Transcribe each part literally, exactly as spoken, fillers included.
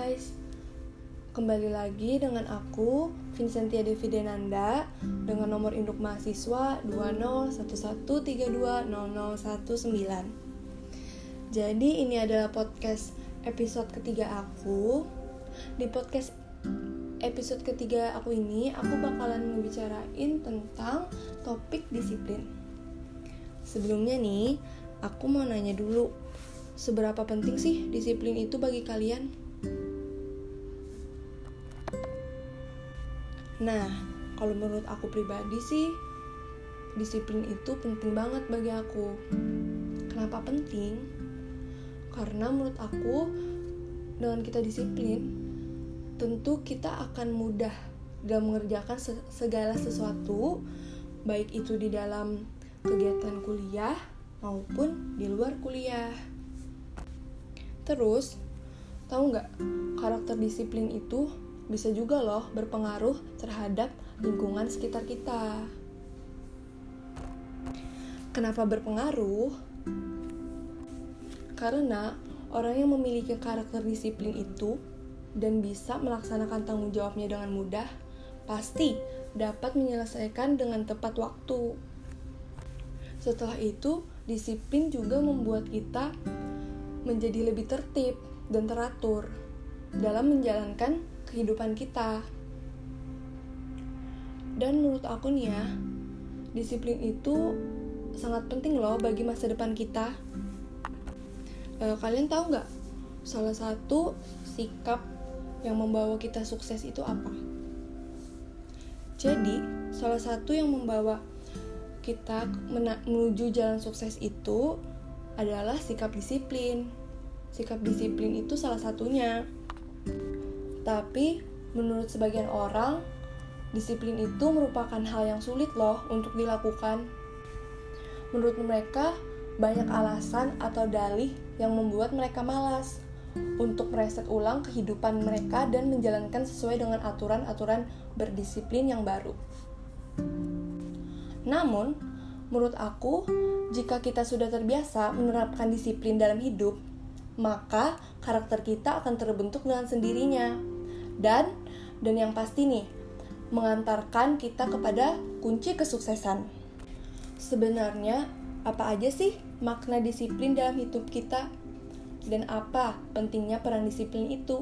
guys, kembali lagi dengan aku Vincentia Devi Denanda dengan nomor induk mahasiswa dua nol satu satu tiga dua nol nol satu sembilan. Jadi ini adalah podcast episode ketiga aku. Di podcast episode ketiga aku ini aku bakalan ngebicarain tentang topik disiplin. Sebelumnya nih, aku mau nanya dulu, seberapa penting sih disiplin itu bagi kalian? Nah, kalau menurut aku pribadi sih, disiplin itu penting banget bagi aku. Kenapa penting? Karena menurut aku, dengan kita disiplin, tentu kita akan mudah dalam mengerjakan segala sesuatu, baik itu di dalam kegiatan kuliah maupun di luar kuliah. Terus, tahu nggak, karakter disiplin itu bisa juga loh berpengaruh terhadap lingkungan sekitar kita. Kenapa berpengaruh? Karena orang yang memiliki karakter disiplin itu dan bisa melaksanakan tanggung jawabnya dengan mudah, pasti dapat menyelesaikan dengan tepat waktu. Setelah itu, disiplin juga membuat kita menjadi lebih tertib dan teratur dalam menjalankan kehidupan kita. Dan menurut aku nih ya, disiplin itu sangat penting loh bagi masa depan kita. E, kalian tahu nggak salah satu sikap yang membawa kita sukses itu apa? Jadi, salah satu yang membawa kita mena- menuju jalan sukses itu adalah sikap disiplin. Sikap disiplin itu salah satunya. Tapi menurut sebagian orang, disiplin itu merupakan hal yang sulit loh untuk dilakukan. Menurut mereka, banyak alasan atau dalih yang membuat mereka malas untuk mereset ulang kehidupan mereka dan menjalankan sesuai dengan aturan-aturan berdisiplin yang baru. Namun, menurut aku, jika kita sudah terbiasa menerapkan disiplin dalam hidup, maka karakter kita akan terbentuk dengan sendirinya. Dan, dan yang pasti nih, mengantarkan kita kepada kunci kesuksesan. Sebenarnya, apa aja sih makna disiplin dalam hidup kita? Dan apa pentingnya peran disiplin itu?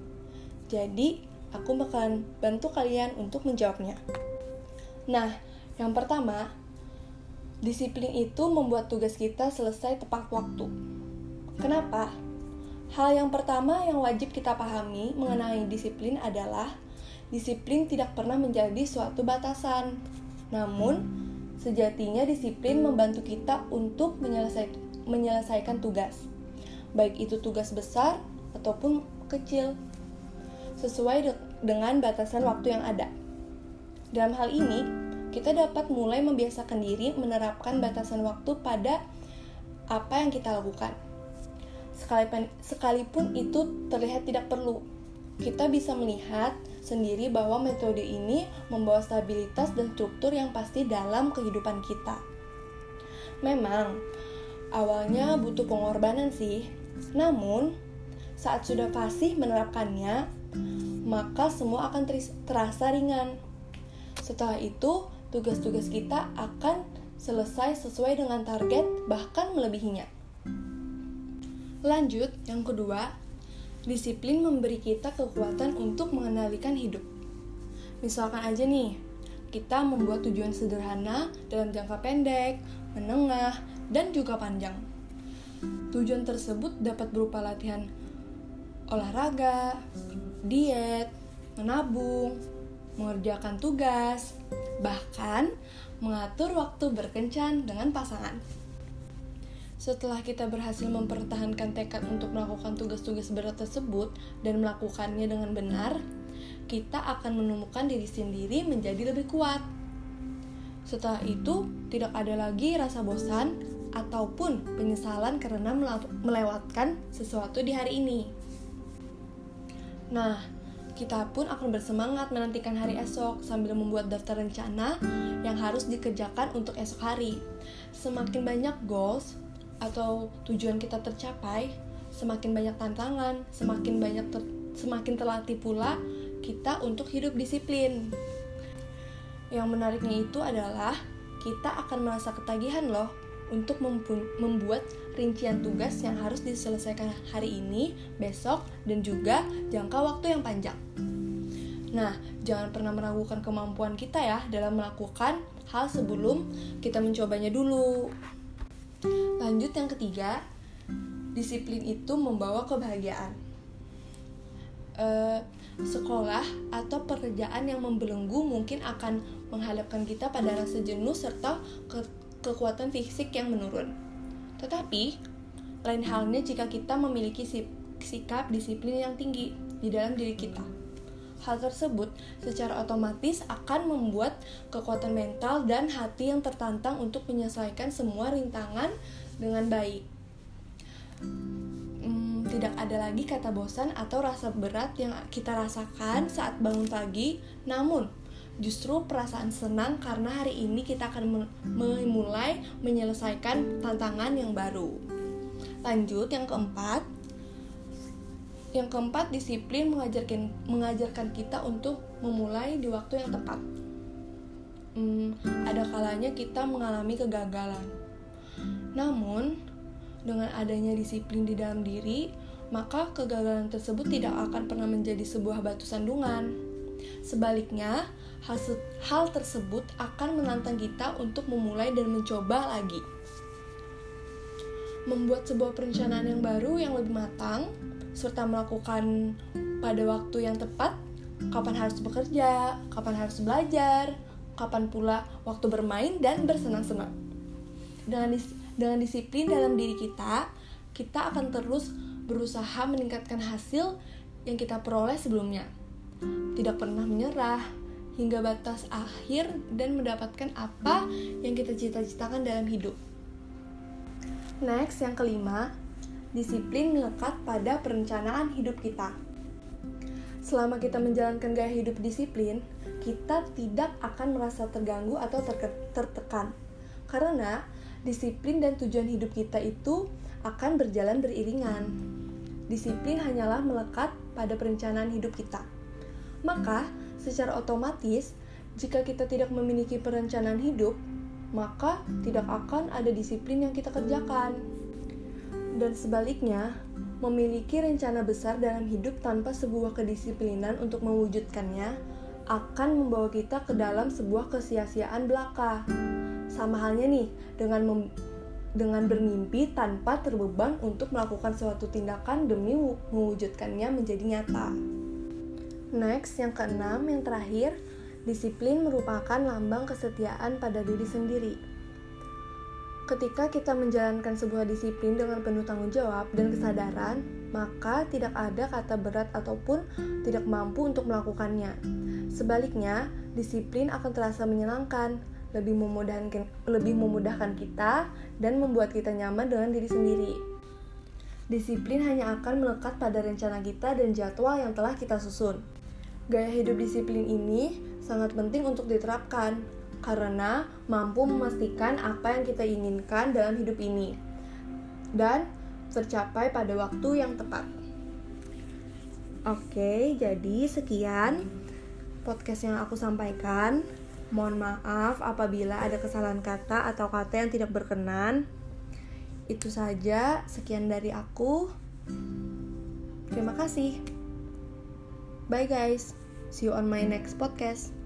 Jadi, aku bakalan bantu kalian untuk menjawabnya. Nah, yang pertama, disiplin itu membuat tugas kita selesai tepat waktu. Kenapa? Hal yang pertama yang wajib kita pahami mengenai disiplin adalah disiplin tidak pernah menjadi suatu batasan. Namun, sejatinya disiplin membantu kita untuk menyelesai, menyelesaikan tugas, baik itu tugas besar ataupun kecil, sesuai de- dengan batasan waktu yang ada. Dalam hal ini, kita dapat mulai membiasakan diri menerapkan batasan waktu pada apa yang kita lakukan. Sekalipun, sekalipun itu terlihat tidak perlu, kita bisa melihat sendiri bahwa metode ini membawa stabilitas dan struktur yang pasti dalam kehidupan kita. Memang, awalnya butuh pengorbanan sih, namun saat sudah fasih menerapkannya, maka semua akan terasa ringan. Setelah itu, tugas-tugas kita akan selesai sesuai dengan target, bahkan melebihinya. Lanjut, yang kedua, disiplin memberi kita kekuatan untuk mengendalikan hidup. Misalkan aja nih, kita membuat tujuan sederhana dalam jangka pendek, menengah, dan juga panjang. Tujuan tersebut dapat berupa latihan olahraga, diet, menabung, mengerjakan tugas, bahkan mengatur waktu berkencan dengan pasangan. Setelah kita berhasil mempertahankan tekad untuk melakukan tugas-tugas berat tersebut dan melakukannya dengan benar, kita akan menemukan diri sendiri menjadi lebih kuat. Setelah itu, tidak ada lagi rasa bosan ataupun penyesalan karena melewatkan sesuatu di hari ini. Nah, kita pun akan bersemangat menantikan hari esok sambil membuat daftar rencana yang harus dikerjakan untuk esok hari. Semakin banyak goals atau tujuan kita tercapai, semakin banyak tantangan, semakin banyak ter- semakin terlatih pula kita untuk hidup disiplin. Yang menariknya itu adalah kita akan merasa ketagihan loh untuk membuat rincian tugas yang harus diselesaikan hari ini, besok, dan juga jangka waktu yang panjang. Nah, jangan pernah meragukan kemampuan kita ya dalam melakukan hal sebelum kita mencobanya dulu. Lanjut yang ketiga, disiplin itu membawa kebahagiaan. E, sekolah atau pekerjaan yang membelenggu mungkin akan menghadapkan kita pada rasa jenuh serta ke- kekuatan fisik yang menurun. Tetapi, lain halnya jika kita memiliki sikap disiplin yang tinggi di dalam diri kita. Hal tersebut secara otomatis akan membuat kekuatan mental dan hati yang tertantang untuk menyelesaikan semua rintangan dengan baik. Hmm, tidak ada lagi kata bosan atau rasa berat yang kita rasakan saat bangun pagi, namun justru perasaan senang karena hari ini kita akan memulai menyelesaikan tantangan yang baru. Lanjut yang keempat. Yang keempat, disiplin mengajarkan mengajarkan kita untuk memulai di waktu yang tepat. Hmm, ada kalanya kita mengalami kegagalan. Namun, dengan adanya disiplin di dalam diri, maka kegagalan tersebut tidak akan pernah menjadi sebuah batu sandungan. Sebaliknya, hal, hal tersebut akan menantang kita untuk memulai dan mencoba lagi. Membuat sebuah perencanaan yang baru yang lebih matang, serta melakukan pada waktu yang tepat, kapan harus bekerja, kapan harus belajar, kapan pula waktu bermain dan bersenang-senang. Dengan, dis- dengan disiplin dalam diri kita, kita akan terus berusaha meningkatkan hasil yang kita peroleh sebelumnya. Tidak pernah menyerah hingga batas akhir dan mendapatkan apa yang kita cita-citakan dalam hidup. Next, yang kelima, disiplin melekat pada perencanaan hidup kita. Selama kita menjalankan gaya hidup disiplin, kita tidak akan merasa terganggu atau terke- tertekan. Karena disiplin dan tujuan hidup kita itu akan berjalan beriringan. Disiplin hanyalah melekat pada perencanaan hidup kita. Maka, secara otomatis, jika kita tidak memiliki perencanaan hidup, maka tidak akan ada disiplin yang kita kerjakan. Dan sebaliknya, memiliki rencana besar dalam hidup tanpa sebuah kedisiplinan untuk mewujudkannya akan membawa kita ke dalam sebuah kesia-siaan belaka. Sama halnya nih dengan mem- dengan bermimpi tanpa terbeban untuk melakukan suatu tindakan demi mewujudkannya menjadi nyata. Next, yang keenam, yang terakhir, disiplin merupakan lambang kesetiaan pada diri sendiri. Ketika kita menjalankan sebuah disiplin dengan penuh tanggung jawab dan kesadaran, maka tidak ada kata berat ataupun tidak mampu untuk melakukannya. Sebaliknya, disiplin akan terasa menyenangkan, lebih memudahkan, lebih memudahkan kita, dan membuat kita nyaman dengan diri sendiri. Disiplin hanya akan melekat pada rencana kita dan jadwal yang telah kita susun. Gaya hidup disiplin ini sangat penting untuk diterapkan, karena mampu memastikan apa yang kita inginkan dalam hidup ini dan tercapai pada waktu yang tepat. Oke, jadi sekian podcast yang aku sampaikan. Mohon maaf apabila ada kesalahan kata atau kata yang tidak berkenan. Itu saja, sekian dari aku. Terima kasih. Bye guys, see you on my next podcast.